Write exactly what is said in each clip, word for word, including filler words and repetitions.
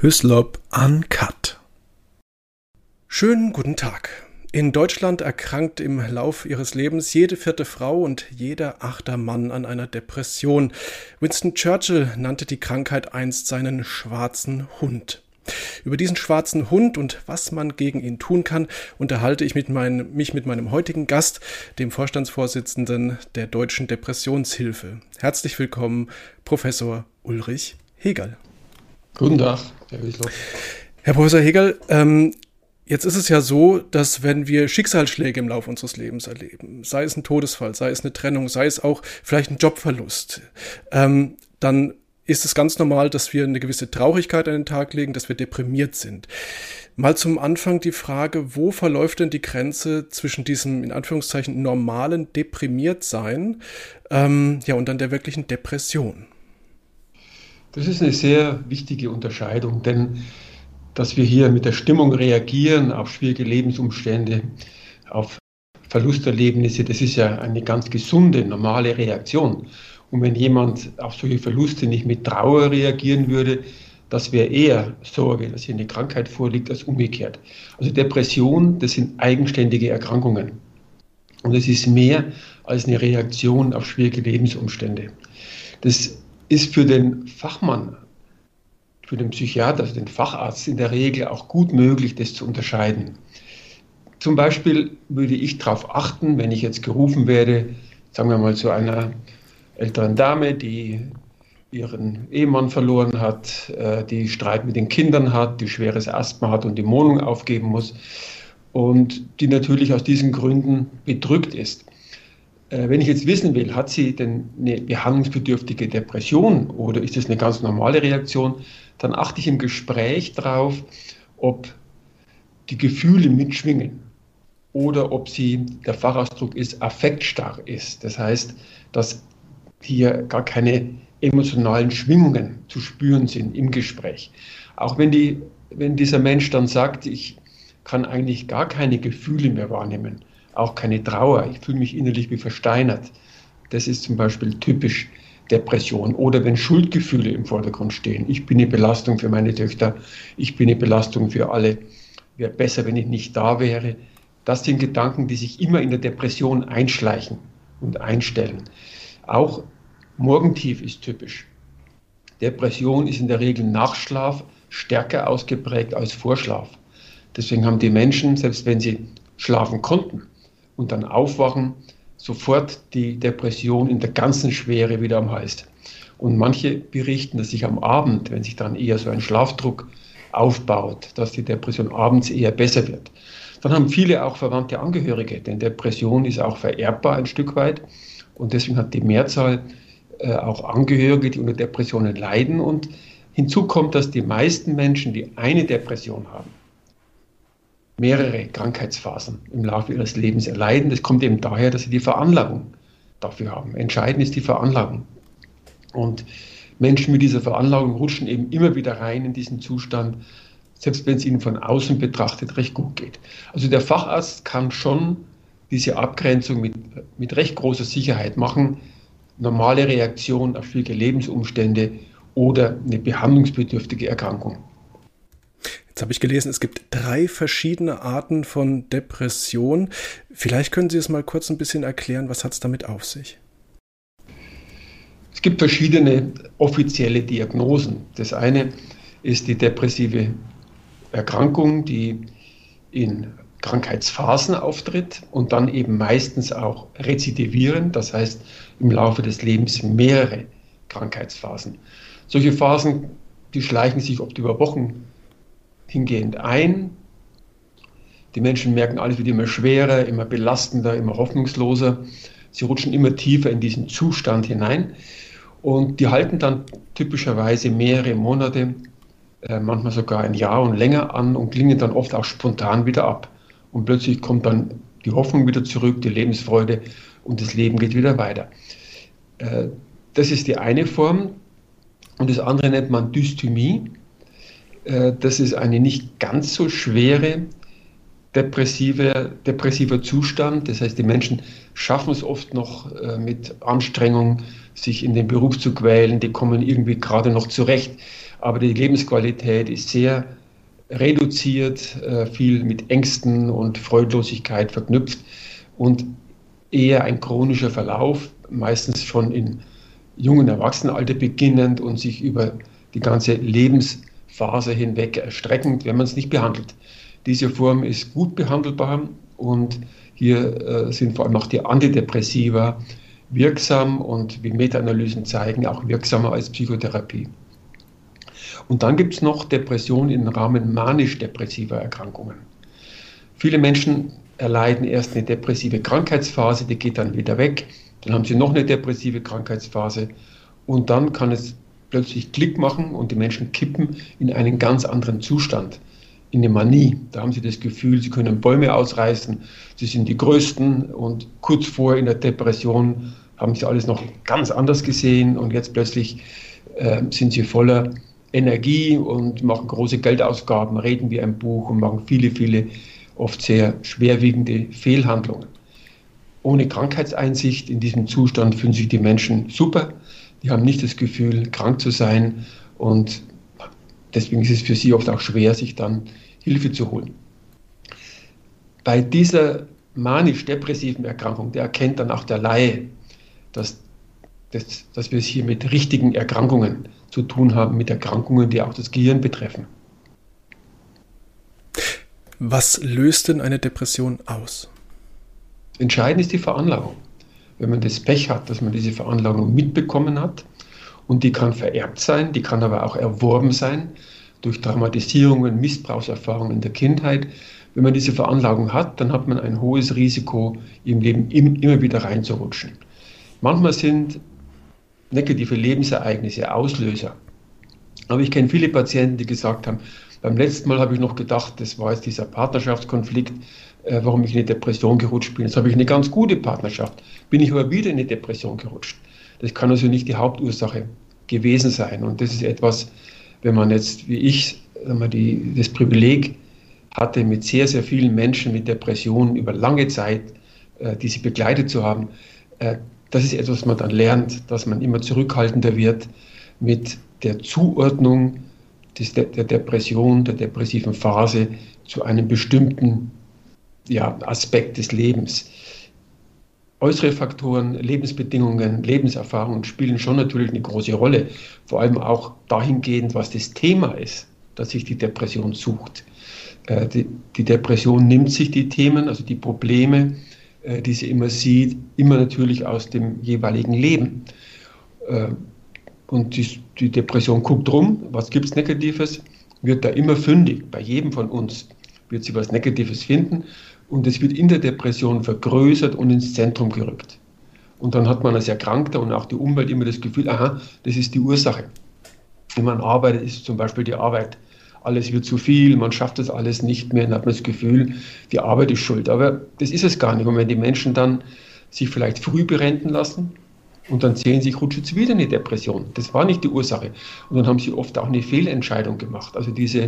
Hyslop Uncut. Schönen guten Tag. In Deutschland erkrankt im Lauf ihres Lebens jede vierte Frau und jeder achte Mann an einer Depression. Winston Churchill nannte die Krankheit einst seinen schwarzen Hund. Über diesen schwarzen Hund und was man gegen ihn tun kann, unterhalte ich mit mein, mich mit meinem heutigen Gast, dem Vorstandsvorsitzenden der Deutschen Depressionshilfe. Herzlich willkommen, Professor Ulrich Hegerl. Guten Tag, Herr Hyslop. Herr Professor Hegerl, ähm, jetzt ist es ja so, dass wenn wir Schicksalsschläge im Laufe unseres Lebens erleben, sei es ein Todesfall, sei es eine Trennung, sei es auch vielleicht ein Jobverlust, ähm, dann ist es ganz normal, dass wir eine gewisse Traurigkeit an den Tag legen, dass wir deprimiert sind. Mal zum Anfang die Frage, wo verläuft denn die Grenze zwischen diesem, in Anführungszeichen, normalen Deprimiertsein ähm, ja, und dann der wirklichen Depression? Das ist eine sehr wichtige Unterscheidung, denn dass wir hier mit der Stimmung reagieren auf schwierige Lebensumstände, auf Verlusterlebnisse, das ist ja eine ganz gesunde, normale Reaktion. Und wenn jemand auf solche Verluste nicht mit Trauer reagieren würde, das wäre eher Sorge, dass hier eine Krankheit vorliegt, als umgekehrt. Also Depression, das sind eigenständige Erkrankungen. Und es ist mehr als eine Reaktion auf schwierige Lebensumstände. Das ist für den Fachmann, für den Psychiater, also den Facharzt in der Regel auch gut möglich, das zu unterscheiden. Zum Beispiel würde ich darauf achten, wenn ich jetzt gerufen werde, sagen wir mal zu einer älteren Dame, die ihren Ehemann verloren hat, die Streit mit den Kindern hat, die schweres Asthma hat und die Wohnung aufgeben muss und die natürlich aus diesen Gründen bedrückt ist. Wenn ich jetzt wissen will, hat sie denn eine behandlungsbedürftige Depression oder ist das eine ganz normale Reaktion, dann achte ich im Gespräch darauf, ob die Gefühle mitschwingen oder ob sie, der Fachausdruck ist, affektstarr ist. Das heißt, dass hier gar keine emotionalen Schwingungen zu spüren sind im Gespräch. Auch wenn, die, wenn dieser Mensch dann sagt, ich kann eigentlich gar keine Gefühle mehr wahrnehmen, auch keine Trauer, ich fühle mich innerlich wie versteinert. Das ist zum Beispiel typisch Depression. Oder wenn Schuldgefühle im Vordergrund stehen. Ich bin eine Belastung für meine Töchter, ich bin eine Belastung für alle. Wäre besser, wenn ich nicht da wäre. Das sind Gedanken, die sich immer in der Depression einschleichen und einstellen. Auch Morgentief ist typisch. Depression ist in der Regel nach Schlaf stärker ausgeprägt als Vorschlaf. Deswegen haben die Menschen, selbst wenn sie schlafen konnten und dann aufwachen, sofort die Depression in der ganzen Schwere wieder am Hals. Und manche berichten, dass sich am Abend, wenn sich dann eher so ein Schlafdruck aufbaut, dass die Depression abends eher besser wird. Dann haben viele auch verwandte Angehörige, denn Depression ist auch vererbbar ein Stück weit. Und deswegen hat die Mehrzahl äh, auch Angehörige, die unter Depressionen leiden. Und hinzu kommt, dass die meisten Menschen, die eine Depression haben, mehrere Krankheitsphasen im Laufe ihres Lebens erleiden. Das kommt eben daher, dass sie die Veranlagung dafür haben. Entscheidend ist die Veranlagung. Und Menschen mit dieser Veranlagung rutschen eben immer wieder rein in diesen Zustand, selbst wenn es ihnen von außen betrachtet recht gut geht. Also der Facharzt kann schon diese Abgrenzung mit, mit recht großer Sicherheit machen. Normale Reaktion auf schwierige Lebensumstände oder eine behandlungsbedürftige Erkrankung. Jetzt habe ich gelesen, es gibt drei verschiedene Arten von Depression. Vielleicht können Sie es mal kurz ein bisschen erklären, was hat es damit auf sich? Es gibt verschiedene offizielle Diagnosen. Das eine ist die depressive Erkrankung, die in Krankheitsphasen auftritt und dann eben meistens auch rezidivierend, das heißt im Laufe des Lebens mehrere Krankheitsphasen. Solche Phasen, die schleichen sich oft über Wochen hingehend ein. Die Menschen merken alles wird immer schwerer, immer belastender, immer hoffnungsloser. Sie rutschen immer tiefer in diesen Zustand hinein und die halten dann typischerweise mehrere Monate, äh, manchmal sogar ein Jahr und länger an und klingen dann oft auch spontan wieder ab. Und plötzlich kommt dann die Hoffnung wieder zurück, die Lebensfreude und das Leben geht wieder weiter. Äh, das ist die eine Form und das andere nennt man Dysthymie. Das ist eine nicht ganz so schwere depressive, depressiver Zustand. Das heißt, die Menschen schaffen es oft noch äh, mit Anstrengung, sich in den Beruf zu quälen. Die kommen irgendwie gerade noch zurecht. aber die Lebensqualität ist sehr reduziert, äh, viel mit Ängsten und Freudlosigkeit verknüpft und eher ein chronischer Verlauf, meistens schon in jungen Erwachsenenalter beginnend und sich über die ganze Lebensphase hinweg erstreckend, wenn man es nicht behandelt. Diese Form ist gut behandelbar und hier äh, sind vor allem auch die Antidepressiva wirksam und wie Meta-Analysen zeigen, auch wirksamer als Psychotherapie. Und dann gibt es noch Depressionen im Rahmen manisch-depressiver Erkrankungen. Viele Menschen erleiden erst eine depressive Krankheitsphase, die geht dann wieder weg, dann haben sie noch eine depressive Krankheitsphase und dann kann es plötzlich Klick machen und die Menschen kippen in einen ganz anderen Zustand, in eine Manie. Da haben sie das Gefühl, sie können Bäume ausreißen, sie sind die Größten und kurz vor in der Depression haben sie alles noch ganz anders gesehen und jetzt plötzlich äh, sind sie voller Energie und machen große Geldausgaben, reden wie ein Buch und machen viele, viele oft sehr schwerwiegende Fehlhandlungen. Ohne Krankheitseinsicht in diesem Zustand fühlen sich die Menschen super. Die haben nicht das Gefühl, krank zu sein und deswegen ist es für sie oft auch schwer, sich dann Hilfe zu holen. Bei dieser manisch-depressiven Erkrankung, der erkennt dann auch der Laie, dass, dass, dass wir es hier mit richtigen Erkrankungen zu tun haben, mit Erkrankungen, die auch das Gehirn betreffen. Was löst denn eine Depression aus? Entscheidend ist die Veranlagung. Wenn man das Pech hat, dass man diese Veranlagung mitbekommen hat, und die kann vererbt sein, die kann aber auch erworben sein durch Traumatisierungen, Missbrauchserfahrungen in der Kindheit. Wenn man diese Veranlagung hat, dann hat man ein hohes Risiko, im Leben immer wieder reinzurutschen. Manchmal sind negative Lebensereignisse Auslöser. Aber ich kenne viele Patienten, die gesagt haben, beim letzten Mal habe ich noch gedacht, das war jetzt dieser Partnerschaftskonflikt, äh, warum ich in eine Depression gerutscht bin. Jetzt habe ich eine ganz gute Partnerschaft, bin ich aber wieder in eine Depression gerutscht. Das kann also nicht die Hauptursache gewesen sein. Und das ist etwas, wenn man jetzt, wie ich, die, das Privileg hatte, mit sehr, sehr vielen Menschen mit Depressionen über lange Zeit, äh, die sie begleitet zu haben, äh, das ist etwas, was man dann lernt, dass man immer zurückhaltender wird mit der Zuordnung des, der Depression, der depressiven Phase zu einem bestimmten ja, Aspekt des Lebens. Äußere Faktoren, Lebensbedingungen, Lebenserfahrungen spielen schon natürlich eine große Rolle, vor allem auch dahingehend, was das Thema ist, das sich die Depression sucht. Äh, die, die Depression nimmt sich die Themen, also die Probleme, äh, die sie immer sieht, immer natürlich aus dem jeweiligen Leben. Äh, und die, die Depression guckt rum, was gibt es Negatives, wird da immer fündig, bei jedem von uns wird sie was Negatives finden. Und es wird in der Depression vergrößert und ins Zentrum gerückt. Und dann hat man als Erkrankter und auch die Umwelt immer das Gefühl, aha, das ist die Ursache. Wenn man arbeitet, ist zum Beispiel die Arbeit. Alles wird zu viel, man schafft das alles nicht mehr, dann hat man das Gefühl, die Arbeit ist schuld. Aber das ist es gar nicht. Und wenn die Menschen dann sich vielleicht früh berenten lassen und dann sehen sie, ich rutsche jetzt wieder in eine Depression. Das war nicht die Ursache. Und dann haben sie oft auch eine Fehlentscheidung gemacht. Also diese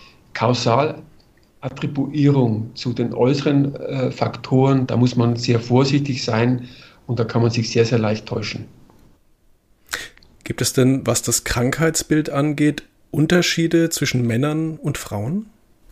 kausal Attribuierung zu den äußeren äh, Faktoren, da muss man sehr vorsichtig sein und da kann man sich sehr, sehr leicht täuschen. Gibt es denn, was das Krankheitsbild angeht, Unterschiede zwischen Männern und Frauen?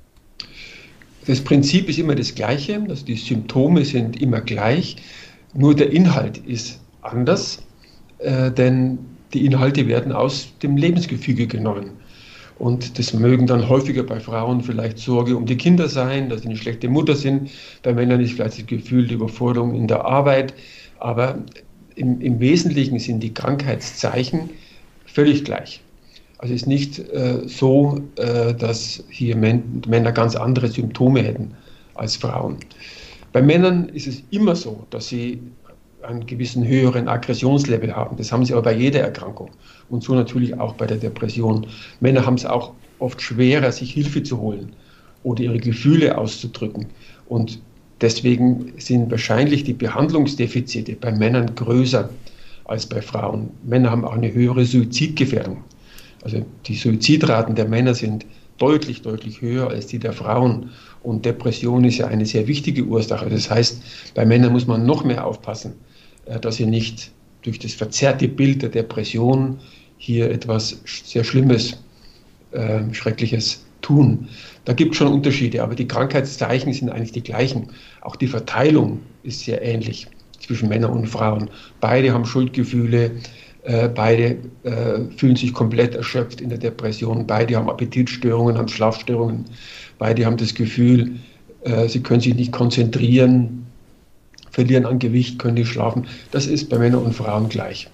Das Prinzip ist immer das Gleiche, also die Symptome sind immer gleich, nur der Inhalt ist anders, äh, denn die Inhalte werden aus dem Lebensgefüge genommen. Und das mögen dann häufiger bei Frauen vielleicht Sorge um die Kinder sein, dass sie eine schlechte Mutter sind. Bei Männern ist vielleicht das Gefühl der Überforderung in der Arbeit. Aber im, im Wesentlichen sind die Krankheitszeichen völlig gleich. Also es ist nicht äh, so, äh, dass hier Män- Männer ganz andere Symptome hätten als Frauen. Bei Männern ist es immer so, dass sie einen gewissen höheren Aggressionslevel haben. Das haben sie aber bei jeder Erkrankung und so natürlich auch bei der Depression. Männer haben es auch oft schwerer, sich Hilfe zu holen oder ihre Gefühle auszudrücken. Und deswegen sind wahrscheinlich die Behandlungsdefizite bei Männern größer als bei Frauen. Männer haben auch eine höhere Suizidgefährdung. Also die Suizidraten der Männer sind deutlich, deutlich höher als die der Frauen. Und Depression ist ja eine sehr wichtige Ursache. Das heißt, bei Männern muss man noch mehr aufpassen, dass sie nicht durch das verzerrte Bild der Depression hier etwas sehr Schlimmes äh, Schreckliches tun. Da gibt es schon Unterschiede, aber die Krankheitszeichen sind eigentlich die gleichen. Auch die Verteilung ist sehr ähnlich zwischen Männern und Frauen. Beide haben Schuldgefühle, äh, beide äh, fühlen sich komplett erschöpft in der Depression, beide haben Appetitstörungen, haben Schlafstörungen, beide haben das Gefühl, äh, sie können sich nicht konzentrieren, verlieren an Gewicht, können nicht schlafen. Das ist bei Männern und Frauen gleich.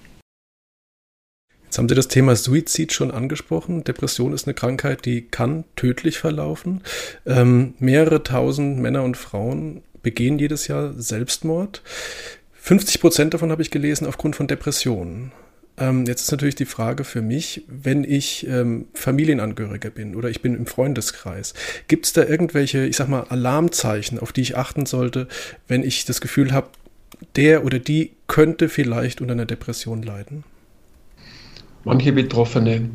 Jetzt haben Sie das Thema Suizid schon angesprochen. Depression ist eine Krankheit, die kann tödlich verlaufen. Ähm, mehrere tausend Männer und Frauen begehen jedes Jahr Selbstmord. fünfzig Prozent davon habe ich gelesen aufgrund von Depressionen. Ähm, jetzt ist natürlich die Frage für mich, wenn ich ähm, Familienangehöriger bin oder ich bin im Freundeskreis, gibt es da irgendwelche, ich sag mal, Alarmzeichen, auf die ich achten sollte, wenn ich das Gefühl habe, der oder die könnte vielleicht unter einer Depression leiden? Manche Betroffene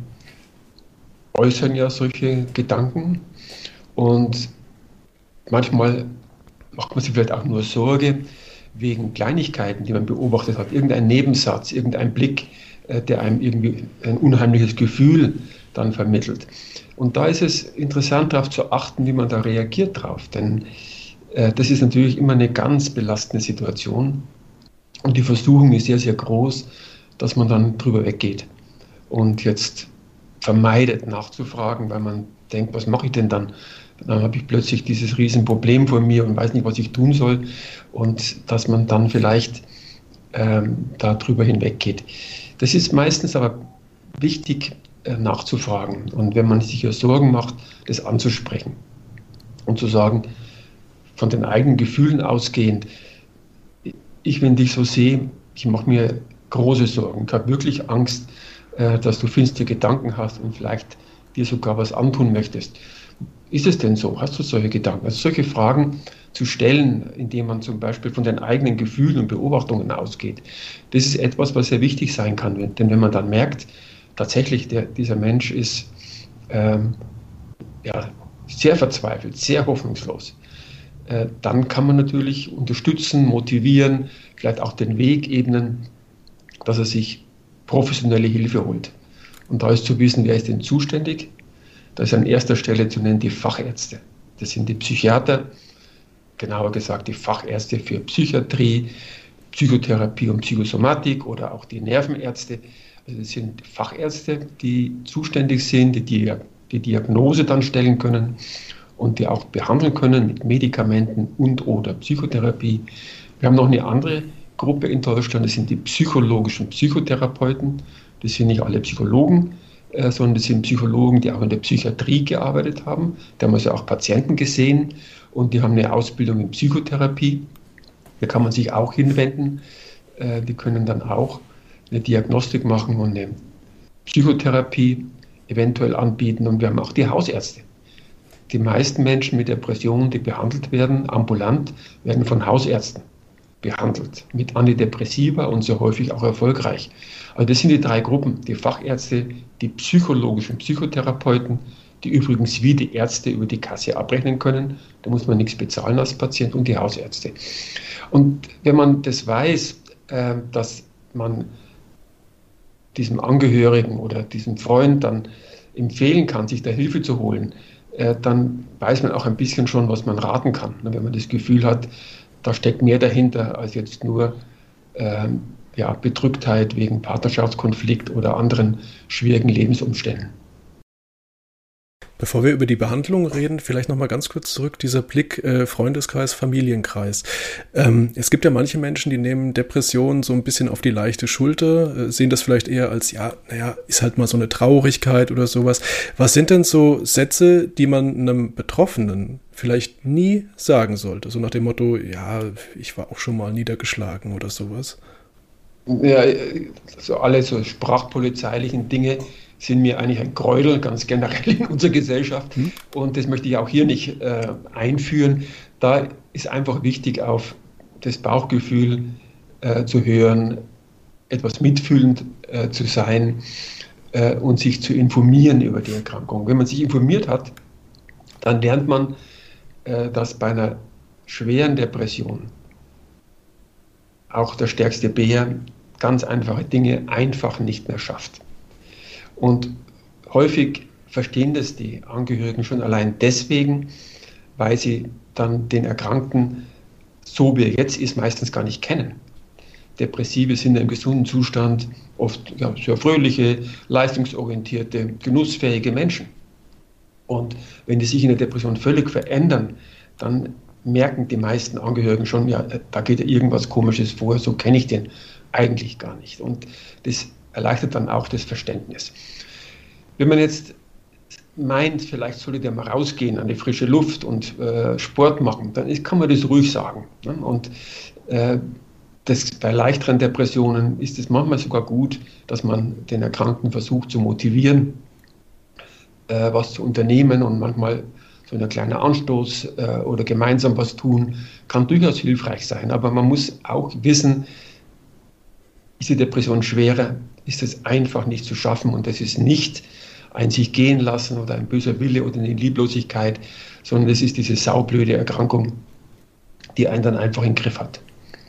äußern ja solche Gedanken und manchmal macht man sich vielleicht auch nur Sorge wegen Kleinigkeiten, die man beobachtet hat. Irgendein Nebensatz, irgendein Blick, äh, der einem irgendwie ein unheimliches Gefühl dann vermittelt. Und da ist es interessant, darauf zu achten, wie man da reagiert drauf. Denn äh, das ist natürlich immer eine ganz belastende Situation. Und die Versuchung ist sehr, sehr groß, dass man dann drüber weggeht und jetzt vermeidet nachzufragen, weil man denkt, was mache ich denn dann? Dann habe ich plötzlich dieses Riesenproblem vor mir und weiß nicht, was ich tun soll. Und dass man dann vielleicht ähm, darüber hinweggeht. Das ist meistens aber wichtig, äh, nachzufragen. Und wenn man sich ja Sorgen macht, das anzusprechen. Und zu sagen, von den eigenen Gefühlen ausgehend, ich, wenn dich so sehe, ich mache mir große Sorgen. Ich habe wirklich Angst, dass du finstere Gedanken hast und vielleicht dir sogar was antun möchtest. Ist es denn so? Hast du solche Gedanken? Also solche Fragen zu stellen, indem man zum Beispiel von den eigenen Gefühlen und Beobachtungen ausgeht, das ist etwas, was sehr wichtig sein kann. Denn wenn man dann merkt, tatsächlich der, dieser Mensch ist ähm, ja, sehr verzweifelt, sehr hoffnungslos, äh, dann kann man natürlich unterstützen, motivieren, vielleicht auch den Weg ebnen, dass er sich professionelle Hilfe holt. Und da ist zu wissen, wer ist denn zuständig. Da ist an erster Stelle zu nennen die Fachärzte. Das sind die Psychiater, genauer gesagt die Fachärzte für Psychiatrie, Psychotherapie und Psychosomatik oder auch die Nervenärzte. Also das sind Fachärzte, die zuständig sind, die die, die Diagnose dann stellen können und die auch behandeln können mit Medikamenten und oder Psychotherapie. Wir haben noch eine andere Gruppe in Deutschland, das sind die psychologischen Psychotherapeuten. Das sind nicht alle Psychologen, äh, sondern das sind Psychologen, die auch in der Psychiatrie gearbeitet haben. Da haben wir also auch Patienten gesehen und die haben eine Ausbildung in Psychotherapie. Da kann man sich auch hinwenden. Äh, die können dann auch eine Diagnostik machen und eine Psychotherapie eventuell anbieten. Und wir haben auch die Hausärzte. Die meisten Menschen mit Depressionen, die behandelt werden, ambulant, werden von Hausärzten behandelt, mit Antidepressiva und sehr häufig auch erfolgreich. Also das sind die drei Gruppen, die Fachärzte, die psychologischen Psychotherapeuten, die übrigens wie die Ärzte über die Kasse abrechnen können, da muss man nichts bezahlen als Patient, und die Hausärzte. Und wenn man das weiß, äh, dass man diesem Angehörigen oder diesem Freund dann empfehlen kann, sich da Hilfe zu holen, äh, dann weiß man auch ein bisschen schon, was man raten kann. Wenn man das Gefühl hat, da steckt mehr dahinter als jetzt nur ähm, ja, Bedrücktheit wegen Partnerschaftskonflikt oder anderen schwierigen Lebensumständen. Bevor wir über die Behandlung reden, vielleicht nochmal ganz kurz zurück, dieser Blick äh, Freundeskreis, Familienkreis. Ähm, es gibt ja manche Menschen, die nehmen Depressionen so ein bisschen auf die leichte Schulter, äh, sehen das vielleicht eher als, ja, naja, ist halt mal so eine Traurigkeit oder sowas. Was sind denn so Sätze, die man einem Betroffenen vielleicht nie sagen sollte? So nach dem Motto, ja, ich war auch schon mal niedergeschlagen oder sowas. Ja, so alle so sprachpolizeilichen Dinge sind mir eigentlich ein Gräuel, ganz generell in unserer Gesellschaft. Hm. Und das möchte ich auch hier nicht äh, einführen. Da ist einfach wichtig, auf das Bauchgefühl äh, zu hören, etwas mitfühlend äh, zu sein äh, und sich zu informieren über die Erkrankung. Wenn man sich informiert hat, dann lernt man, äh, dass bei einer schweren Depression auch der stärkste Bär ganz einfache Dinge einfach nicht mehr schafft. Und häufig verstehen das die Angehörigen schon allein deswegen, weil sie dann den Erkrankten, so wie er jetzt ist, meistens gar nicht kennen. Depressive sind im gesunden Zustand oft ja, sehr fröhliche, leistungsorientierte, genussfähige Menschen. Und wenn die sich in der Depression völlig verändern, dann merken die meisten Angehörigen schon, ja, da geht ja irgendwas Komisches vor, so kenne ich den eigentlich gar nicht. Und das erleichtert dann auch das Verständnis. Wenn man jetzt meint, vielleicht sollte der mal rausgehen an die frische Luft und äh, Sport machen, dann ist, kann man das ruhig sagen. Ne? Und äh, das, bei leichteren Depressionen ist es manchmal sogar gut, dass man den Erkrankten versucht zu motivieren, äh, was zu unternehmen, und manchmal so ein kleiner Anstoß äh, oder gemeinsam was tun, kann durchaus hilfreich sein. Aber man muss auch wissen, ist die Depression schwerer, ist es einfach nicht zu schaffen, und das ist nicht ein sich gehen lassen oder ein böser Wille oder eine Lieblosigkeit, sondern es ist diese saublöde Erkrankung, die einen dann einfach im Griff hat.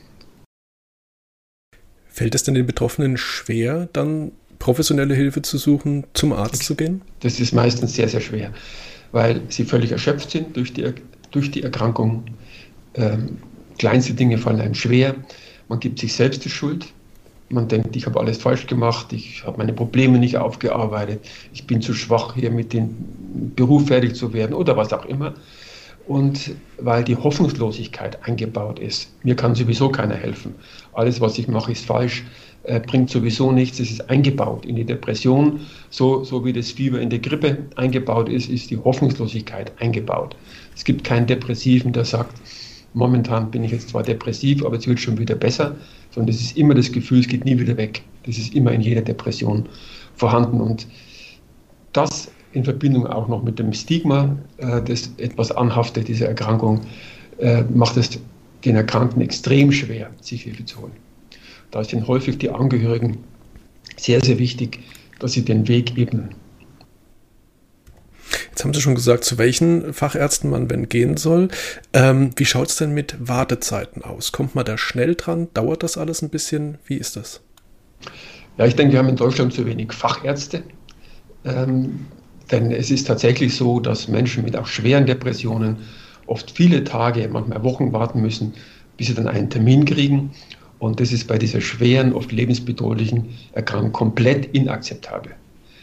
Fällt es denn den Betroffenen schwer, dann professionelle Hilfe zu suchen, zum Arzt zu gehen? Das ist meistens sehr, sehr schwer, weil sie völlig erschöpft sind durch die, durch die Erkrankung. Ähm, kleinste Dinge fallen einem schwer. Man gibt sich selbst die Schuld. Man denkt, ich habe alles falsch gemacht, ich habe meine Probleme nicht aufgearbeitet, ich bin zu schwach, hier mit dem Beruf fertig zu werden oder was auch immer. Und weil die Hoffnungslosigkeit eingebaut ist, mir kann sowieso keiner helfen. Alles, was ich mache, ist falsch, äh, bringt sowieso nichts, es ist eingebaut in die Depression. So, so wie das Fieber in der Grippe eingebaut ist, ist die Hoffnungslosigkeit eingebaut. Es gibt keinen Depressiven, der sagt, momentan bin ich jetzt zwar depressiv, aber es wird schon wieder besser, sondern es ist immer das Gefühl, es geht nie wieder weg. Das ist immer in jeder Depression vorhanden. Und das in Verbindung auch noch mit dem Stigma, äh, das etwas anhaftet, diese Erkrankung, äh, macht es den Erkrankten extrem schwer, sich Hilfe zu holen. Da sind häufig die Angehörigen sehr, sehr wichtig, dass sie den Weg ebnen. Jetzt haben Sie schon gesagt, zu welchen Fachärzten man wenn gehen soll. Ähm, wie schaut es denn mit Wartezeiten aus? Kommt man da schnell dran? Dauert das alles ein bisschen? Wie ist das? Ja, ich denke, wir haben in Deutschland zu wenig Fachärzte. Ähm, denn es ist tatsächlich so, dass Menschen mit auch schweren Depressionen oft viele Tage, manchmal Wochen warten müssen, bis sie dann einen Termin kriegen. Und das ist bei dieser schweren, oft lebensbedrohlichen Erkrankung komplett inakzeptabel.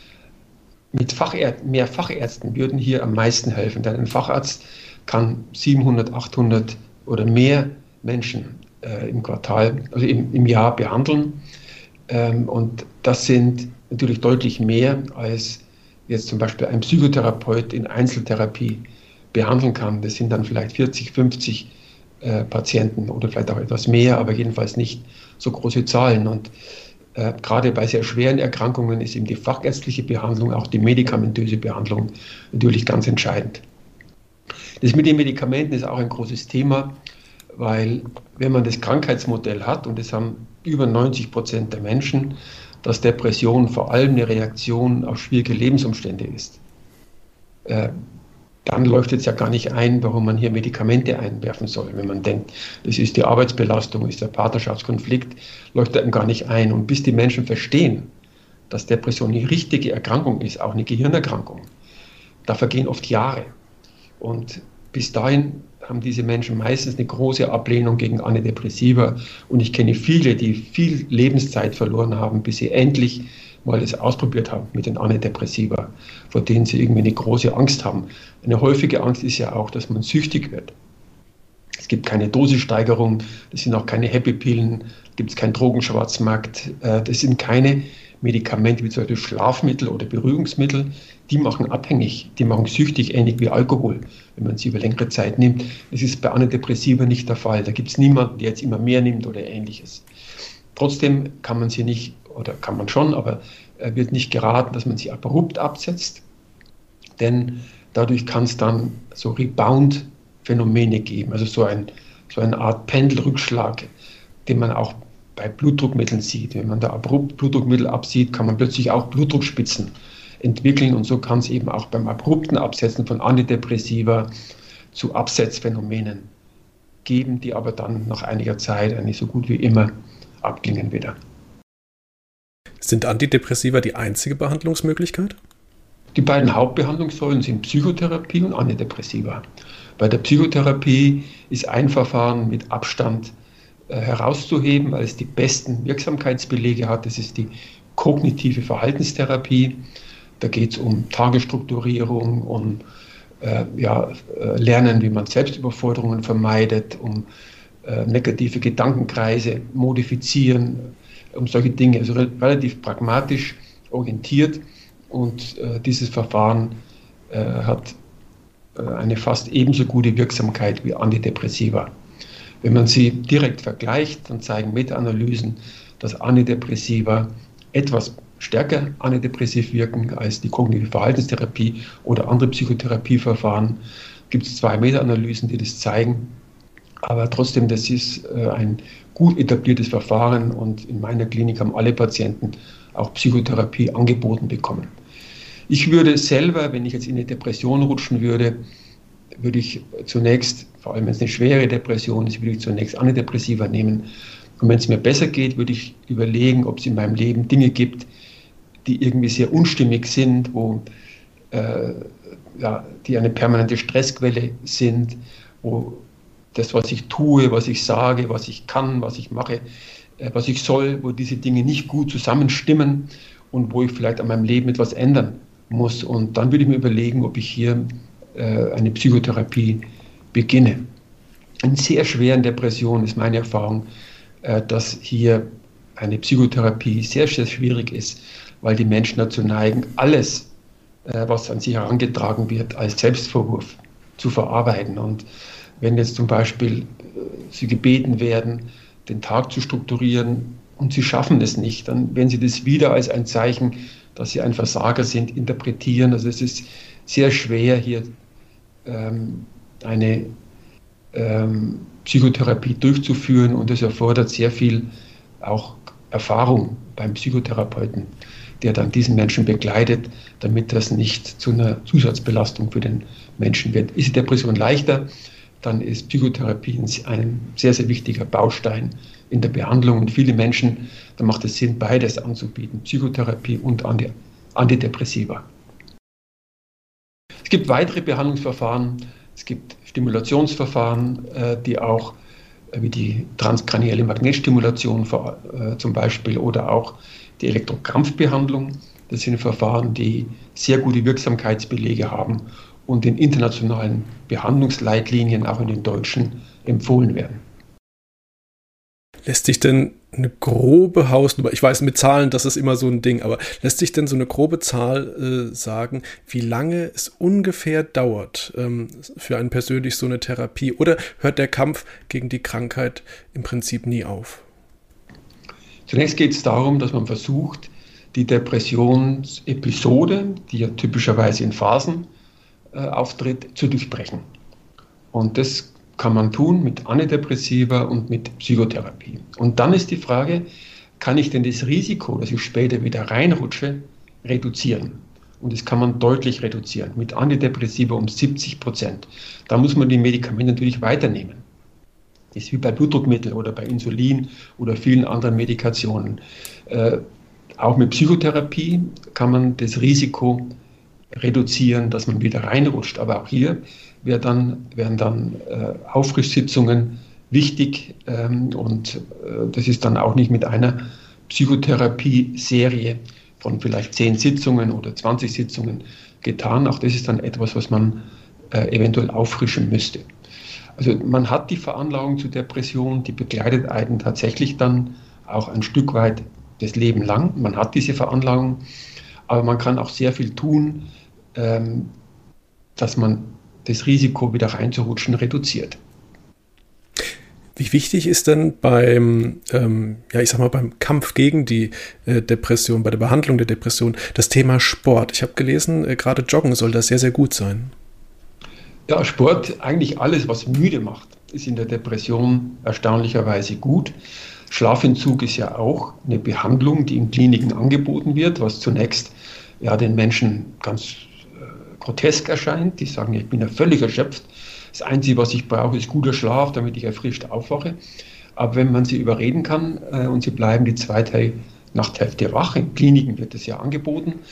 Mit Fachär- mehr Fachärzten würden hier am meisten helfen, denn ein Facharzt kann siebenhundert, achthundert oder mehr Menschen äh, im Quartal, also im, im Jahr behandeln. Ähm, und das sind natürlich deutlich mehr, als jetzt zum Beispiel ein Psychotherapeut in Einzeltherapie behandeln kann. Das sind dann vielleicht vierzig, fünfzig äh, Patienten oder vielleicht auch etwas mehr, aber jedenfalls nicht so große Zahlen. Und Äh, gerade bei sehr schweren Erkrankungen ist eben die fachärztliche Behandlung, auch die medikamentöse Behandlung natürlich ganz entscheidend. Das mit den Medikamenten ist auch ein großes Thema, weil wenn man das Krankheitsmodell hat, und das haben über neunzig Prozent der Menschen, dass Depression vor allem eine Reaktion auf schwierige Lebensumstände ist, äh, dann leuchtet es ja gar nicht ein, warum man hier Medikamente einwerfen soll. Wenn man denkt, das ist die Arbeitsbelastung, ist der Partnerschaftskonflikt, leuchtet einem gar nicht ein. Und bis die Menschen verstehen, dass Depression eine richtige Erkrankung ist, auch eine Gehirnerkrankung, da vergehen oft Jahre. Und bis dahin haben diese Menschen meistens eine große Ablehnung gegen Antidepressiva. Und ich kenne viele, die viel Lebenszeit verloren haben, bis sie endlich mal das ausprobiert haben mit den Antidepressiva, vor denen sie irgendwie eine große Angst haben. Eine häufige Angst ist ja auch, dass man süchtig wird. Es gibt keine Dosissteigerung, das sind auch keine Happy-Pillen, gibt es keinen Drogenschwarzmarkt, das sind keine Medikamente wie zum Beispiel Schlafmittel oder Beruhigungsmittel, die machen abhängig, die machen süchtig, ähnlich wie Alkohol, wenn man sie über längere Zeit nimmt. Das ist bei Antidepressiva nicht der Fall. Da gibt es niemanden, der jetzt immer mehr nimmt oder Ähnliches. Trotzdem kann man sie nicht, oder kann man schon, aber äh, wird nicht geraten, dass man sie abrupt absetzt, denn dadurch kann es dann so Rebound-Phänomene geben, also so, ein, so eine Art Pendelrückschlag, den man auch bei Blutdruckmitteln sieht. Wenn man da abrupt Blutdruckmittel absieht, kann man plötzlich auch Blutdruckspitzen entwickeln, und so kann es eben auch beim abrupten Absetzen von Antidepressiva zu Absetzphänomenen geben, die aber dann nach einiger Zeit eigentlich so gut wie immer abklingen wieder. Sind Antidepressiva die einzige Behandlungsmöglichkeit? Die beiden Hauptbehandlungssäulen sind Psychotherapie und Antidepressiva. Bei der Psychotherapie ist ein Verfahren mit Abstand äh, herauszuheben, weil es die besten Wirksamkeitsbelege hat. Das ist die kognitive Verhaltenstherapie. Da geht es um Tagesstrukturierung, um äh, ja, äh, Lernen, wie man Selbstüberforderungen vermeidet, um äh, negative Gedankenkreise modifizieren, um solche Dinge, also re- relativ pragmatisch orientiert. Und äh, dieses Verfahren äh, hat äh, eine fast ebenso gute Wirksamkeit wie Antidepressiva. Wenn man sie direkt vergleicht, dann zeigen Meta-Analysen, dass Antidepressiva etwas stärker antidepressiv wirken als die kognitive Verhaltenstherapie oder andere Psychotherapieverfahren. Gibt es zwei Meta-Analysen, die das zeigen. Aber trotzdem, das ist äh, ein gut etabliertes Verfahren und in meiner Klinik haben alle Patienten auch Psychotherapie angeboten bekommen. Ich würde selber, wenn ich jetzt in eine Depression rutschen würde, würde ich zunächst, vor allem wenn es eine schwere Depression ist, würde ich zunächst Antidepressiva nehmen. Und wenn es mir besser geht, würde ich überlegen, ob es in meinem Leben Dinge gibt, die irgendwie sehr unstimmig sind, wo, äh, ja, die eine permanente Stressquelle sind, wo das, was ich tue, was ich sage, was ich kann, was ich mache, äh, was ich soll, wo diese Dinge nicht gut zusammenstimmen und wo ich vielleicht an meinem Leben etwas ändern muss. Und dann würde ich mir überlegen, ob ich hier äh, eine Psychotherapie beginne. In sehr schweren Depressionen ist meine Erfahrung, äh, dass hier eine Psychotherapie sehr, sehr schwierig ist, weil die Menschen dazu neigen, alles, äh, was an sie herangetragen wird, als Selbstvorwurf zu verarbeiten. Und wenn jetzt zum Beispiel äh, sie gebeten werden, den Tag zu strukturieren und sie schaffen es nicht, dann werden sie das wieder als ein Zeichen, dass sie ein Versager sind, interpretieren. Also es ist sehr schwer, hier ähm, eine ähm, Psychotherapie durchzuführen und es erfordert sehr viel auch Erfahrung beim Psychotherapeuten, der dann diesen Menschen begleitet, damit das nicht zu einer Zusatzbelastung für den Menschen wird. Ist die Depression leichter, dann ist Psychotherapie ein sehr, sehr wichtiger Baustein in der Behandlung. Und viele Menschen, da macht es Sinn, beides anzubieten, Psychotherapie und Antidepressiva. Es gibt weitere Behandlungsverfahren, es gibt Stimulationsverfahren, die auch, wie die transkranielle Magnetstimulation zum Beispiel oder auch die Elektrokrampfbehandlung. Das sind Verfahren, die sehr gute Wirksamkeitsbelege haben und in internationalen Behandlungsleitlinien, auch in den deutschen, empfohlen werden. Lässt sich denn eine grobe Hausnummer, ich weiß, mit Zahlen, das ist immer so ein Ding, aber lässt sich denn so eine grobe Zahl äh, sagen, wie lange es ungefähr dauert ähm, für einen persönlich so eine Therapie? Oder hört der Kampf gegen die Krankheit im Prinzip nie auf? Zunächst geht es darum, dass man versucht, die Depressionsepisode, die ja typischerweise in Phasen äh, auftritt, zu durchbrechen. Und das kann man tun mit Antidepressiva und mit Psychotherapie. Und dann ist die Frage, kann ich denn das Risiko, dass ich später wieder reinrutsche, reduzieren? Und das kann man deutlich reduzieren, mit Antidepressiva um siebzig Prozent. Da muss man die Medikamente natürlich weiternehmen. Das ist wie bei Blutdruckmitteln oder bei Insulin oder vielen anderen Medikationen. Äh, auch mit Psychotherapie kann man das Risiko reduzieren, dass man wieder reinrutscht. Aber auch hier wäre dann, wären dann äh, Auffrischsitzungen wichtig ähm, und äh, das ist dann auch nicht mit einer Psychotherapie-Serie von vielleicht zehn Sitzungen oder zwanzig Sitzungen getan. Auch das ist dann etwas, was man äh, eventuell auffrischen müsste. Also man hat die Veranlagung zur Depression, die begleitet einen tatsächlich dann auch ein Stück weit das Leben lang. Man hat diese Veranlagung, aber man kann auch sehr viel tun, ähm, dass man das Risiko, wieder reinzurutschen, reduziert. Wie wichtig ist denn beim, ähm, ja, ich sag mal, beim Kampf gegen die äh, Depression, bei der Behandlung der Depression, das Thema Sport? Ich habe gelesen, äh, gerade Joggen soll da sehr, sehr gut sein. Ja, Sport, eigentlich alles, was müde macht, ist in der Depression erstaunlicherweise gut. Schlafentzug ist ja auch eine Behandlung, die in Kliniken angeboten wird, was zunächst ja den Menschen ganz grotesk erscheint. Die sagen, ich bin ja völlig erschöpft. Das Einzige, was ich brauche, ist guter Schlaf, damit ich erfrischt aufwache. Aber wenn man sie überreden kann äh, und sie bleiben die zweite Nachthälfte wach, in Kliniken wird das ja angeboten,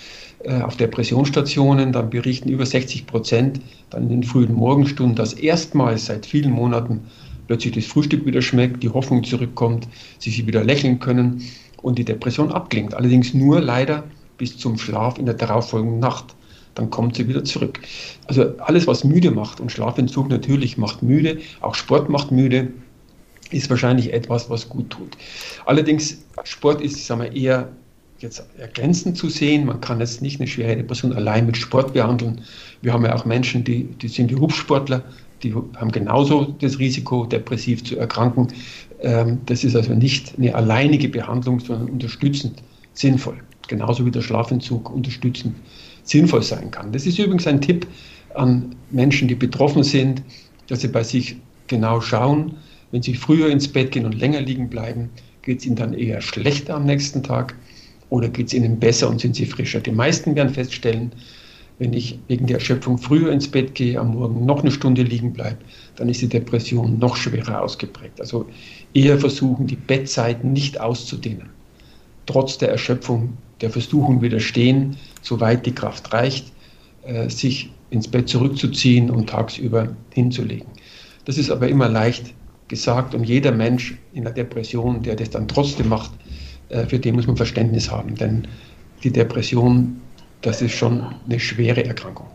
auf Depressionsstationen, dann berichten über sechzig Prozent dann in den frühen Morgenstunden, dass erstmals seit vielen Monaten plötzlich das Frühstück wieder schmeckt, die Hoffnung zurückkommt, sie wieder lächeln können und die Depression abklingt. Allerdings nur leider bis zum Schlaf in der darauffolgenden Nacht. Dann kommt sie wieder zurück. Also alles, was müde macht, und Schlafentzug natürlich macht müde, auch Sport macht müde, ist wahrscheinlich etwas, was gut tut. Allerdings, Sport ist, sagen wir, eher jetzt ergänzend zu sehen. Man kann jetzt nicht eine schwere Depression allein mit Sport behandeln. Wir haben ja auch Menschen, die, die sind Berufssportler, die haben genauso das Risiko, depressiv zu erkranken. Das ist also nicht eine alleinige Behandlung, sondern unterstützend sinnvoll. Genauso wie der Schlafentzug unterstützend sinnvoll sein kann. Das ist übrigens ein Tipp an Menschen, die betroffen sind, dass sie bei sich genau schauen, wenn sie früher ins Bett gehen und länger liegen bleiben, geht es ihnen dann eher schlechter am nächsten Tag oder geht es ihnen besser und sind sie frischer. Die meisten werden feststellen, wenn ich wegen der Erschöpfung früher ins Bett gehe, am Morgen noch eine Stunde liegen bleibe, dann ist die Depression noch schwerer ausgeprägt. Also eher versuchen, die Bettzeiten nicht auszudehnen. Trotz der Erschöpfung der Versuchung widerstehen, soweit die Kraft reicht, äh, sich ins Bett zurückzuziehen und tagsüber hinzulegen. Das ist aber immer leicht gesagt und jeder Mensch in der Depression, der das dann trotzdem macht, äh, für den muss man Verständnis haben, denn die Depression, das ist schon eine schwere Erkrankung.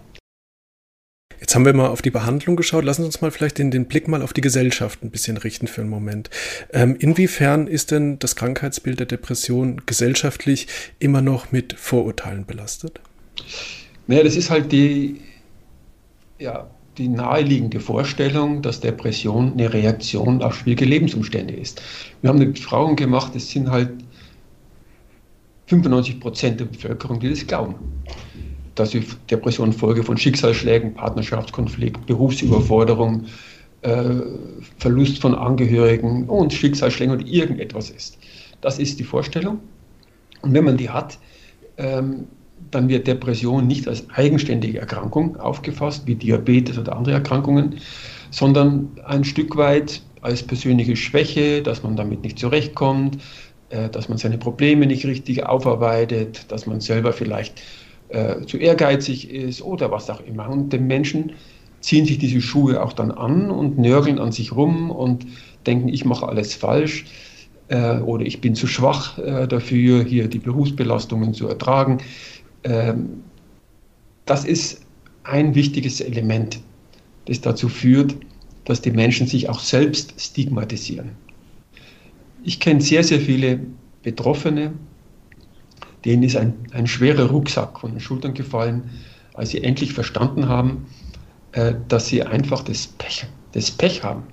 Jetzt haben wir mal auf die Behandlung geschaut. Lassen Sie uns mal vielleicht den, den Blick mal auf die Gesellschaft ein bisschen richten für einen Moment. Ähm, inwiefern ist denn das Krankheitsbild der Depression gesellschaftlich immer noch mit Vorurteilen belastet? Naja, das ist halt die, ja, die naheliegende Vorstellung, dass Depression eine Reaktion auf schwierige Lebensumstände ist. Wir haben eine Befragung gemacht, es sind halt fünfundneunzig Prozent der Bevölkerung, die das glauben. Dass die Depression Folge von Schicksalsschlägen, Partnerschaftskonflikt, Berufsüberforderung, äh, Verlust von Angehörigen und Schicksalsschlägen oder irgendetwas ist. Das ist die Vorstellung. Und wenn man die hat, ähm, dann wird Depression nicht als eigenständige Erkrankung aufgefasst, wie Diabetes oder andere Erkrankungen, sondern ein Stück weit als persönliche Schwäche, dass man damit nicht zurechtkommt, äh, dass man seine Probleme nicht richtig aufarbeitet, dass man selber vielleicht äh, zu ehrgeizig ist oder was auch immer. Und den Menschen ziehen sich diese Schuhe auch dann an und nörgeln an sich rum und denken, ich mache alles falsch äh, oder ich bin zu schwach äh, dafür, hier die Berufsbelastungen zu ertragen. Ähm, das ist ein wichtiges Element, das dazu führt, dass die Menschen sich auch selbst stigmatisieren. Ich kenne sehr, sehr viele Betroffene, denen ist ein, ein schwerer Rucksack von den Schultern gefallen, als sie endlich verstanden haben, äh, dass sie einfach das Pech, das Pech haben,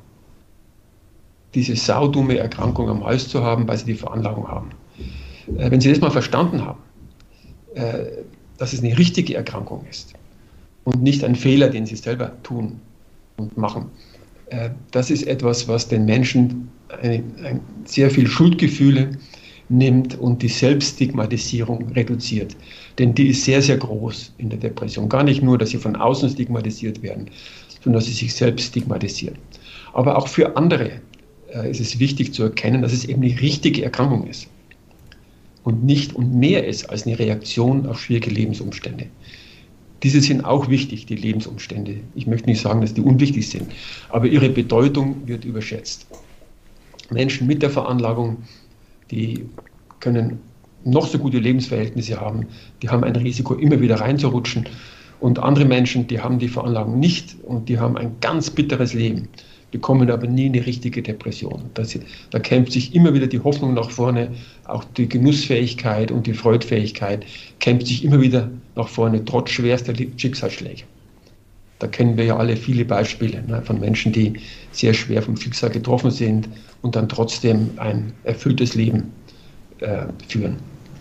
diese saudumme Erkrankung am Hals zu haben, weil sie die Veranlagung haben. Äh, wenn sie das mal verstanden haben, äh, dass es eine richtige Erkrankung ist und nicht ein Fehler, den sie selber tun und machen, äh, das ist etwas, was den Menschen eine, ein, sehr viel Schuldgefühle nimmt und die Selbststigmatisierung reduziert. Denn die ist sehr, sehr groß in der Depression. Gar nicht nur, dass sie von außen stigmatisiert werden, sondern dass sie sich selbst stigmatisieren. Aber auch für andere äh, ist es wichtig zu erkennen, dass es eben die richtige Erkrankung ist und nicht und mehr ist als eine Reaktion auf schwierige Lebensumstände. Diese sind auch wichtig, die Lebensumstände. Ich möchte nicht sagen, dass die unwichtig sind, aber ihre Bedeutung wird überschätzt. Menschen mit der Veranlagung, die können noch so gute Lebensverhältnisse haben, die haben ein Risiko, immer wieder reinzurutschen. Und andere Menschen, die haben die Veranlagung nicht und die haben ein ganz bitteres Leben, bekommen aber nie eine richtige Depression. Das, da kämpft sich immer wieder die Hoffnung nach vorne, auch die Genussfähigkeit und die Freudfähigkeit kämpft sich immer wieder nach vorne, trotz schwerster Schicksalsschläge. Da kennen wir ja alle viele Beispiele, ne, von Menschen, die sehr schwer vom Schicksal getroffen sind und dann trotzdem ein erfülltes Leben äh, führen.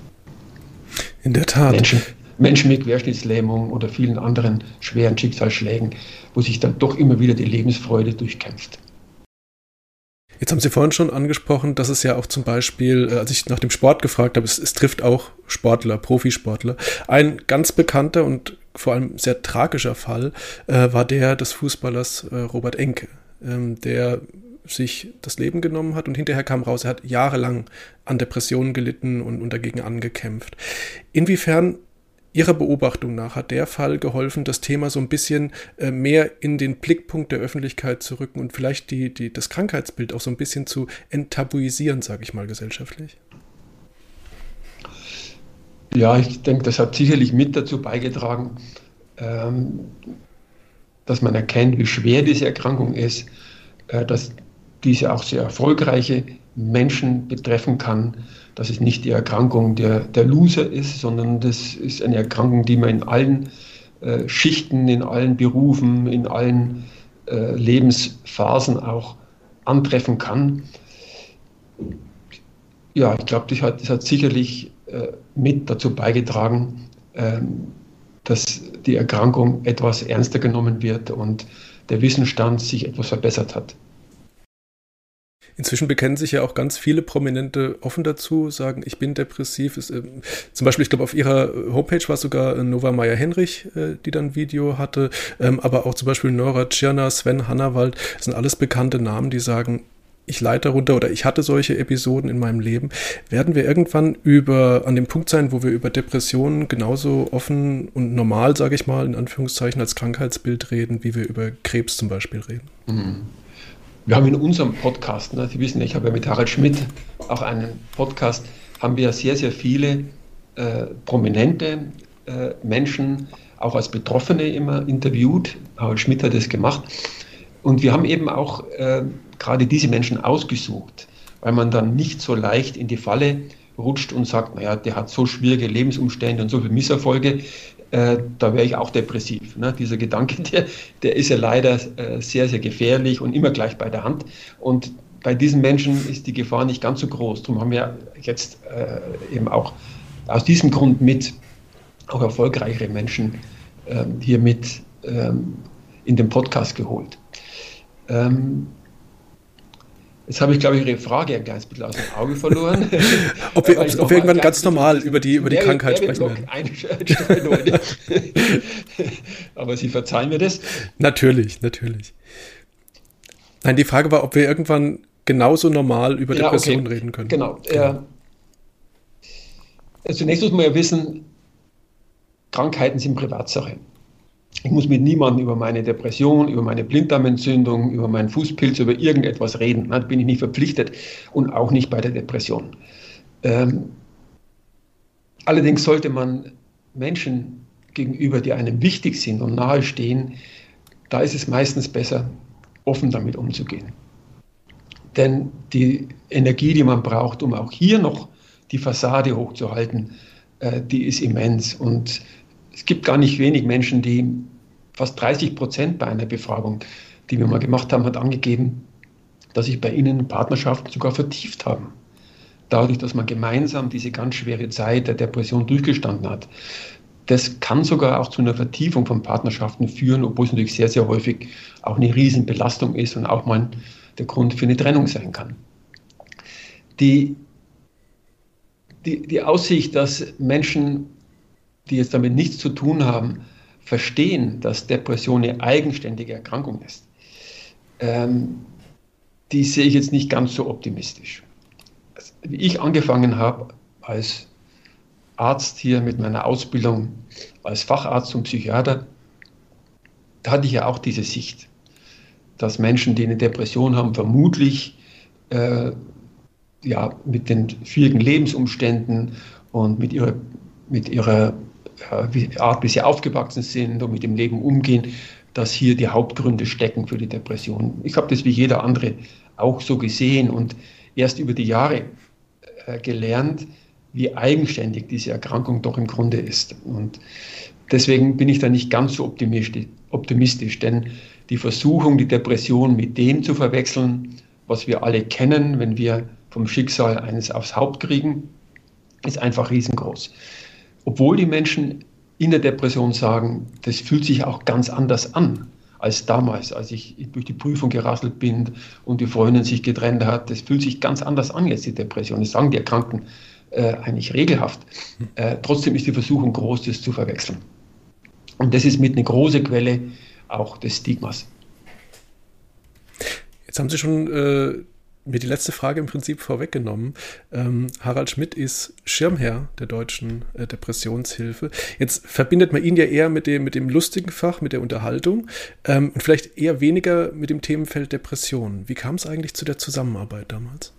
In der Tat. Menschen, Menschen mit Querschnittslähmung oder vielen anderen schweren Schicksalsschlägen, wo sich dann doch immer wieder die Lebensfreude durchkämpft. Jetzt haben Sie vorhin schon angesprochen, dass es ja auch zum Beispiel, als ich nach dem Sport gefragt habe, es, es trifft auch Sportler, Profisportler. Ein ganz bekannter und vor allem sehr tragischer Fall äh, war der des Fußballers äh, Robert Enke, ähm, der sich das Leben genommen hat und hinterher kam raus, er hat jahrelang an Depressionen gelitten und, und dagegen angekämpft. Inwiefern Ihrer Beobachtung nach hat der Fall geholfen, das Thema so ein bisschen äh, mehr in den Blickpunkt der Öffentlichkeit zu rücken und vielleicht die, die, das Krankheitsbild auch so ein bisschen zu enttabuisieren, sage ich mal, gesellschaftlich? Ja, ich denke, das hat sicherlich mit dazu beigetragen, ähm, dass man erkennt, wie schwer diese Erkrankung ist, äh, dass diese auch sehr erfolgreiche Menschen betreffen kann, dass es nicht die Erkrankung der, der Loser ist, sondern das ist eine Erkrankung, die man in allen äh, Schichten, in allen Berufen, in allen äh, Lebensphasen auch antreffen kann. Ja, ich glaube, das hat, das hat sicherlich äh, mit dazu beigetragen, ähm, dass die Erkrankung etwas ernster genommen wird und der Wissensstand sich etwas verbessert hat. Inzwischen bekennen sich ja auch ganz viele Prominente offen dazu, sagen, ich bin depressiv. Ist, äh, zum Beispiel, ich glaube, auf ihrer Homepage war sogar Nova Meyer-Henrich, äh, die dann ein Video hatte, ähm, aber auch zum Beispiel Nora Tschirner, Sven Hannawald, das sind alles bekannte Namen, die sagen, ich leide darunter oder ich hatte solche Episoden in meinem Leben. Werden wir irgendwann über an dem Punkt sein, wo wir über Depressionen genauso offen und normal, sage ich mal, in Anführungszeichen als Krankheitsbild reden, wie wir über Krebs zum Beispiel reden? Mhm. Wir haben in unserem Podcast, ne, Sie wissen, ich habe ja mit Harald Schmidt auch einen Podcast, haben wir sehr, sehr viele äh, prominente äh, Menschen, auch als Betroffene immer interviewt. Harald Schmidt hat das gemacht. Und wir haben eben auch äh, gerade diese Menschen ausgesucht, weil man dann nicht so leicht in die Falle rutscht und sagt, naja, der hat so schwierige Lebensumstände und so viele Misserfolge, äh, da wäre ich auch depressiv. Ne? Dieser Gedanke, der, der ist ja leider äh, sehr, sehr gefährlich und immer gleich bei der Hand. Und bei diesen Menschen ist die Gefahr nicht ganz so groß. Darum haben wir jetzt äh, eben auch aus diesem Grund mit auch erfolgreichere Menschen äh, hier mit ähm, in den Podcast geholt. Ähm, Jetzt habe ich, glaube ich, Ihre Frage ein kleines bisschen aus dem Auge verloren. ob wir, ob, ob wir irgendwann ganz normal über die, über die Krankheit sprechen werden. Aber Sie verzeihen mir das? Natürlich, natürlich. Nein, die Frage war, ob wir irgendwann genauso normal über ja, Depressionen okay. reden können. Genau. genau. Äh, zunächst muss man ja wissen, Krankheiten sind Privatsache. Ich muss mit niemandem über meine Depression, über meine Blinddarmentzündung, über meinen Fußpilz, über irgendetwas reden. Da bin ich nicht verpflichtet und auch nicht bei der Depression. Ähm, allerdings sollte man Menschen gegenüber, die einem wichtig sind und nahestehen, da ist es meistens besser, offen damit umzugehen. Denn die Energie, die man braucht, um auch hier noch die Fassade hochzuhalten, äh, die ist immens. Und es gibt gar nicht wenig Menschen, die fast dreißig Prozent bei einer Befragung, die wir mal gemacht haben, hat angegeben, dass sich bei ihnen Partnerschaften sogar vertieft haben. Dadurch, dass man gemeinsam diese ganz schwere Zeit der Depression durchgestanden hat. Das kann sogar auch zu einer Vertiefung von Partnerschaften führen, obwohl es natürlich sehr, sehr häufig auch eine Riesenbelastung ist und auch mal der Grund für eine Trennung sein kann. Die, die, die Aussicht, dass Menschen, die jetzt damit nichts zu tun haben, verstehen, dass Depression eine eigenständige Erkrankung ist, ähm, die sehe ich jetzt nicht ganz so optimistisch. Also, wie ich angefangen habe als Arzt hier mit meiner Ausbildung als Facharzt und Psychiater, da hatte ich ja auch diese Sicht, dass Menschen, die eine Depression haben, vermutlich äh, ja, mit den schwierigen Lebensumständen und mit ihrer, mit ihrer ja, Art, wie sie aufgewachsen sind und mit dem Leben umgehen, dass hier die Hauptgründe stecken für die Depression. Ich habe das wie jeder andere auch so gesehen und erst über die Jahre äh, gelernt, wie eigenständig diese Erkrankung doch im Grunde ist. Und deswegen bin ich da nicht ganz so optimistisch, optimistisch, denn die Versuchung, die Depression mit dem zu verwechseln, was wir alle kennen, wenn wir vom Schicksal eines aufs Haupt kriegen, ist einfach riesengroß. Obwohl die Menschen in der Depression sagen, das fühlt sich auch ganz anders an als damals, als ich durch die Prüfung gerasselt bin und die Freundin sich getrennt hat. Das fühlt sich ganz anders an jetzt, die Depression. Das sagen die Erkrankten äh, eigentlich regelhaft. Äh, trotzdem ist die Versuchung groß, das zu verwechseln. Und das ist mit eine große Quelle auch des Stigmas. Jetzt haben Sie schon äh mir die letzte Frage im Prinzip vorweggenommen. Ähm, Harald Schmidt ist Schirmherr der Deutschen äh, Depressionshilfe. Jetzt verbindet man ihn ja eher mit dem, mit dem lustigen Fach, mit der Unterhaltung ähm, und vielleicht eher weniger mit dem Themenfeld Depression. Wie kam es eigentlich zu der Zusammenarbeit damals?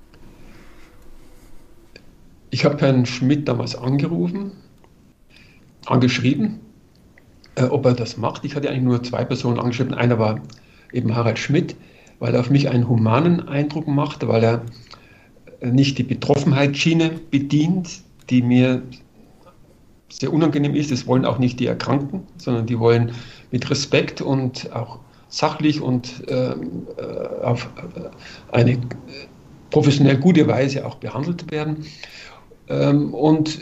Ich habe Herrn Schmidt damals angerufen, angeschrieben, äh, ob er das macht. Ich hatte eigentlich nur zwei Personen angeschrieben. Einer war eben Harald Schmidt, weil er auf mich einen humanen Eindruck macht, weil er nicht die Betroffenheitsschiene bedient, die mir sehr unangenehm ist. Das wollen auch nicht die Erkrankten, sondern die wollen mit Respekt und auch sachlich und äh, auf eine professionell gute Weise auch behandelt werden. Ähm, und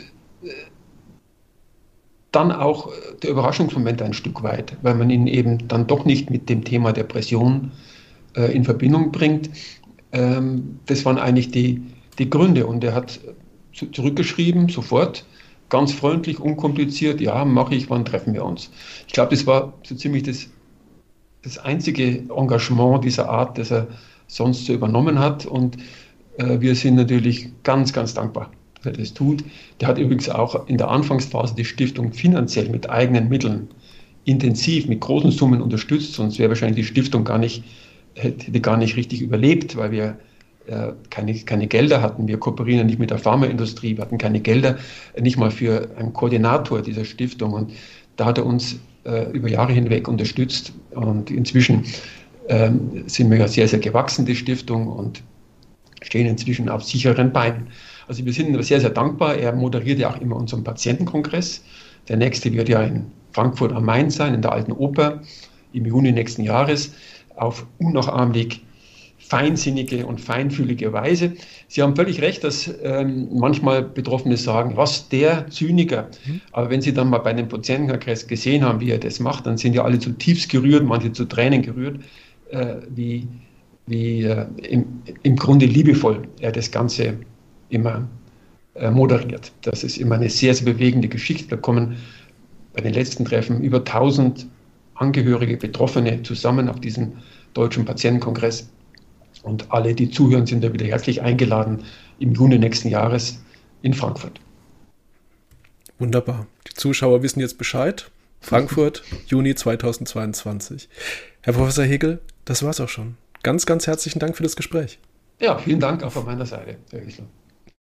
dann auch der Überraschungsmoment ein Stück weit, weil man ihn eben dann doch nicht mit dem Thema Depression äh, in Verbindung bringt. Ähm, das waren eigentlich die, die Gründe. Und er hat zu, zurückgeschrieben, sofort, ganz freundlich, unkompliziert, ja, mache ich, wann treffen wir uns? Ich glaube, das war so ziemlich das, das einzige Engagement dieser Art, das er sonst so übernommen hat. Und äh, wir sind natürlich ganz, ganz dankbar, dass er das tut. Der hat übrigens auch in der Anfangsphase die Stiftung finanziell mit eigenen Mitteln intensiv, mit großen Summen unterstützt, sonst wäre wahrscheinlich die Stiftung gar nicht, hätte gar nicht richtig überlebt, weil wir äh, keine, keine Gelder hatten. Wir kooperieren nicht mit der Pharmaindustrie, wir hatten keine Gelder, nicht mal für einen Koordinator dieser Stiftung. Und da hat er uns äh, über Jahre hinweg unterstützt. Und inzwischen ähm, sind wir ja sehr, sehr gewachsen, die Stiftung, und stehen inzwischen auf sicheren Beinen. Also wir sind sehr, sehr dankbar. Er moderiert ja auch immer unseren Patientenkongress. Der nächste wird ja in Frankfurt am Main sein, in der Alten Oper, im Juni nächsten Jahres, auf unnachahmlich feinsinnige und feinfühlige Weise. Sie haben völlig recht, dass ähm, manchmal Betroffene sagen, was, der Zyniker. Mhm. Aber wenn Sie dann mal bei einem Patientenkongress gesehen haben, wie er das macht, dann sind ja alle zutiefst gerührt, manche zu Tränen gerührt, äh, wie, wie äh, im, im Grunde liebevoll er das Ganze immer äh, moderiert. Das ist immer eine sehr, sehr bewegende Geschichte. Da kommen bei den letzten Treffen über tausend Angehörige, Betroffene zusammen auf diesen Deutschen Patientenkongress. Und alle, die zuhören, sind da wieder herzlich eingeladen im Juni nächsten Jahres in Frankfurt. Wunderbar. Die Zuschauer wissen jetzt Bescheid. Frankfurt, Juni zweitausendzweiundzwanzig. Herr Professor Hegel, das war's auch schon. Ganz, ganz herzlichen Dank für das Gespräch. Ja, vielen Dank auch von meiner Seite, Herr Gisler.